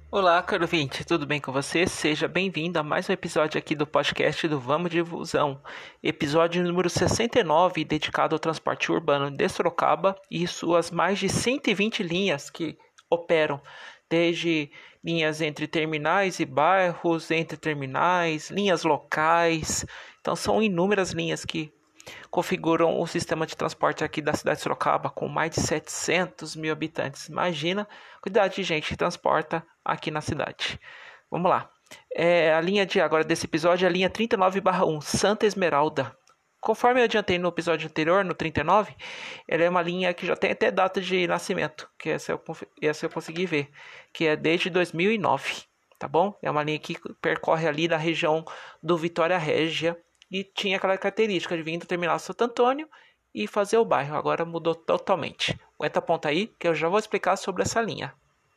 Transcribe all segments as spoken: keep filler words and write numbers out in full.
Olá, caro ouvinte, tudo bem com você? Seja bem-vindo a mais um episódio aqui do podcast do Vamos de Busão, episódio número sessenta e nove, dedicado ao transporte urbano de Sorocaba e suas mais de cento e vinte linhas que operam, desde linhas entre terminais e bairros, entre terminais, linhas locais. Então são inúmeras linhas que configuram o sistema de transporte aqui da cidade de Sorocaba, com mais de setecentos mil habitantes. Imagina a quantidade de gente que transporta aqui na cidade. Vamos lá. É, a linha de agora desse episódio é a linha trinta e nove barra um, Santa Esmeralda. Conforme eu adiantei no episódio anterior, no trinta e nove, ela é uma linha que já tem até data de nascimento, que essa eu, essa eu consegui ver, que é desde dois mil e nove, tá bom? É uma linha que percorre ali da região do Vitória Régia, e tinha aquela característica de vir do terminal Santo Antônio e fazer o bairro. Agora mudou totalmente. Aguenta a ponta aí que eu já vou explicar sobre essa linha.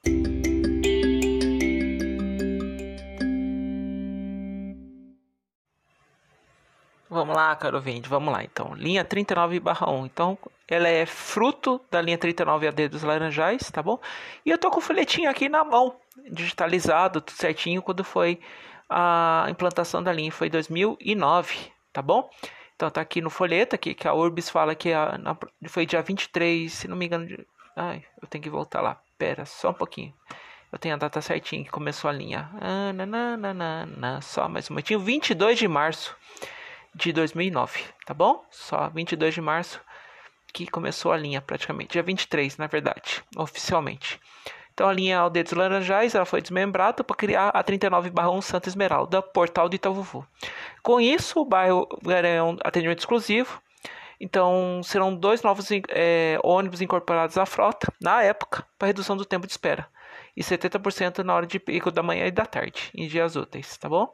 Vamos lá, caro ouvinte, vamos lá então. Linha trinta e nove barra um. Então, ela é fruto da linha trinta e nove A D dos Laranjais, tá bom? E eu tô com o folhetinho aqui na mão, digitalizado, tudo certinho, quando foi a implantação da linha, foi em dois mil e nove, tá bom? Então tá aqui no folheto, aqui, que a Urbis fala que a, na, foi dia vinte e três, se não me engano, de, ai, eu tenho que voltar lá, pera, só um pouquinho. Eu tenho a data certinha que começou a linha, ah, nananana, só mais um momentinho, vinte e dois de março de dois mil e nove, tá bom? Só vinte e dois de março que começou a linha praticamente, dia vinte e três na verdade, oficialmente. Então a linha Aldeia dos Laranjais ela foi desmembrada para criar a trinta e nove barra um Santa Esmeralda, Portal do Itavuvu. Com isso, o bairro ganha um atendimento exclusivo. Então serão dois novos é, ônibus incorporados à frota, na época, para redução do tempo de espera. E setenta por cento na hora de pico da manhã e da tarde, em dias úteis, tá bom?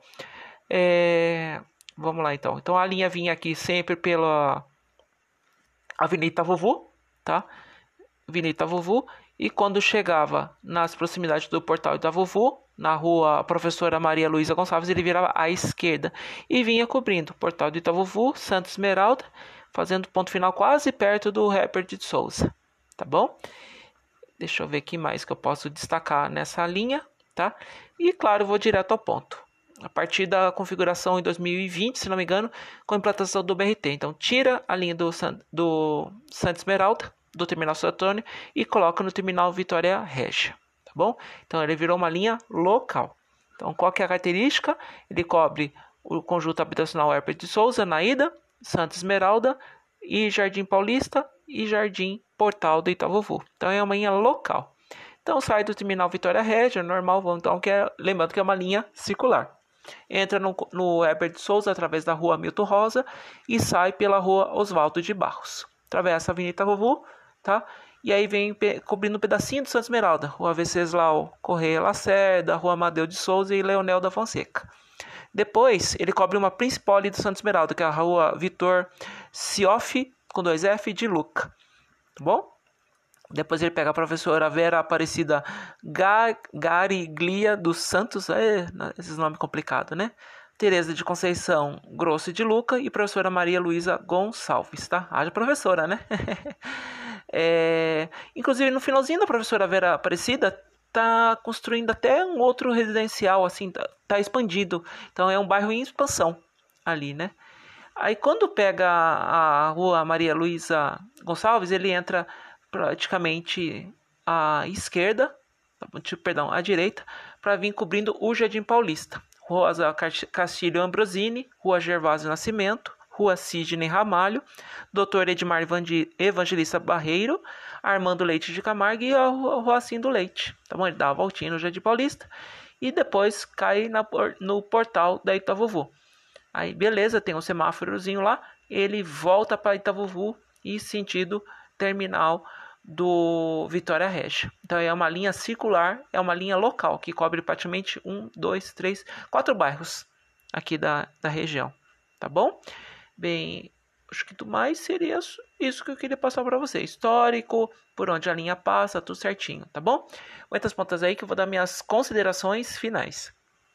É, vamos lá então. Então a linha vinha aqui sempre pela Avenida Itavuvu, tá? Avenida Itavuvu. E quando chegava nas proximidades do Portal Itavuvu, na rua Professora Maria Luísa Gonçalves, ele virava à esquerda e vinha cobrindo o Portal do Itavuvu, Santa Esmeralda, fazendo ponto final quase perto do Herbert de Souza, tá bom? Deixa eu ver aqui mais que eu posso destacar nessa linha, tá? E claro, eu vou direto ao ponto. A partir da configuração em dois mil e vinte, se não me engano, com a implantação do B R T. Então, tira a linha do, do Santa Esmeralda, do terminal Santo Antônio, e coloca no terminal Vitória Régia, tá bom? Então ele virou uma linha local. Então qual que é a característica? Ele cobre o conjunto habitacional Herbert de Souza na ida, Santa Esmeralda e Jardim Paulista e Jardim Portal do Itavuvu. Então é uma linha local. Então sai do terminal Vitória Régia, normal, então que é, lembrando que é uma linha circular. Entra no, no Herbert de Souza através da rua Milton Rosa e sai pela rua Oswaldo de Barros. Atravessa a Avenida Itavuvu, tá? E aí vem cobrindo um pedacinho do Santa Esmeralda, Rua Venceslau Correia Lacerda, Rua Amadeu de Souza e Leonel da Fonseca. Depois, ele cobre uma principal ali do Santa Esmeralda, que é a Rua Vitor Sioff, com dois F, de Luca. Tá bom? Depois ele pega a professora Vera Aparecida Gariglia dos Santos, é, esses nomes complicados, né? Tereza de Conceição Grosso de Luca e professora Maria Luísa Gonçalves, tá? Haja professora, né? é, inclusive, no finalzinho da professora Vera Aparecida, tá construindo até um outro residencial, assim, tá, tá expandido. Então, é um bairro em expansão ali, né? Aí, quando pega a, a rua Maria Luísa Gonçalves, ele entra praticamente à esquerda, perdão, à direita, para vir cobrindo o Jardim Paulista. Rua Castilho Ambrosini, Rua Gervásio Nascimento, Rua Sidney Ramalho, doutor Edmar Evangelista Barreiro, Armando Leite de Camargo e a Rua Cindo Leite. Então ele dá uma voltinha no Jardim Paulista e depois cai na, no portal da Itavuvu. Aí beleza, tem um semáforozinho lá, ele volta para Itavuvu e sentido terminal do Vitória Régia. Então é uma linha circular, é uma linha local que cobre praticamente um, dois, três, quatro bairros aqui da, da região, tá bom? Bem, acho que do mais seria isso que eu queria passar para você. Histórico, por onde a linha passa, tudo certinho, tá bom? Aguenta as pontas aí que eu vou dar minhas considerações finais.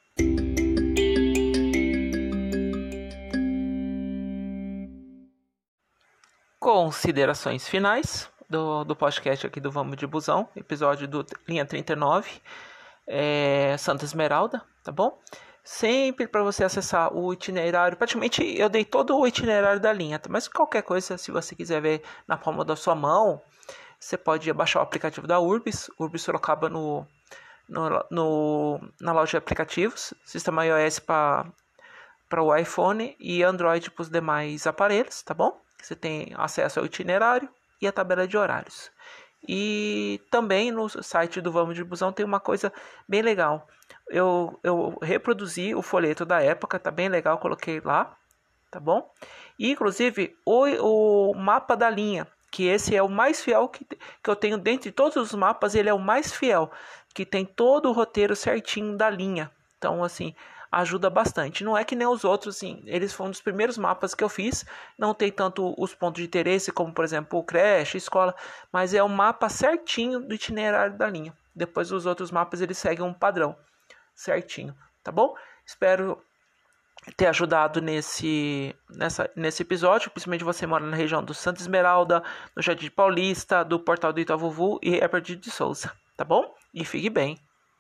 Considerações finais do, do podcast aqui do Vamos de Busão, episódio do Linha trinta e nove. é, Santa Esmeralda, tá bom? Sempre para você acessar o itinerário, praticamente eu dei todo o itinerário da linha, tá? Mas qualquer coisa, se você quiser ver na palma da sua mão, você pode baixar o aplicativo da Urbis, Urbis Sorocaba no, no, no, na loja de aplicativos, sistema iOS para para o iPhone e Android para os demais aparelhos, tá bom? Você tem acesso ao itinerário e a tabela de horários. E também no site do Vamos de Busão tem uma coisa bem legal. Eu, eu reproduzi o folheto da época, tá bem legal, coloquei lá, tá bom? E inclusive o, o mapa da linha, que esse é o mais fiel que, que eu tenho dentre todos os mapas, ele é o mais fiel, que tem todo o roteiro certinho da linha. Então, assim, ajuda bastante. Não é que nem os outros, assim, eles foram um dos primeiros mapas que eu fiz, não tem tanto os pontos de interesse, como por exemplo o creche, escola, mas é o mapa certinho do itinerário da linha. Depois os outros mapas eles seguem um padrão certinho, tá bom? Espero ter ajudado nesse, nessa, nesse episódio, principalmente você mora na região do Santa Esmeralda, no Jardim Paulista, do Portal do Itavuvu e Herbert de Souza, tá bom? E fique bem.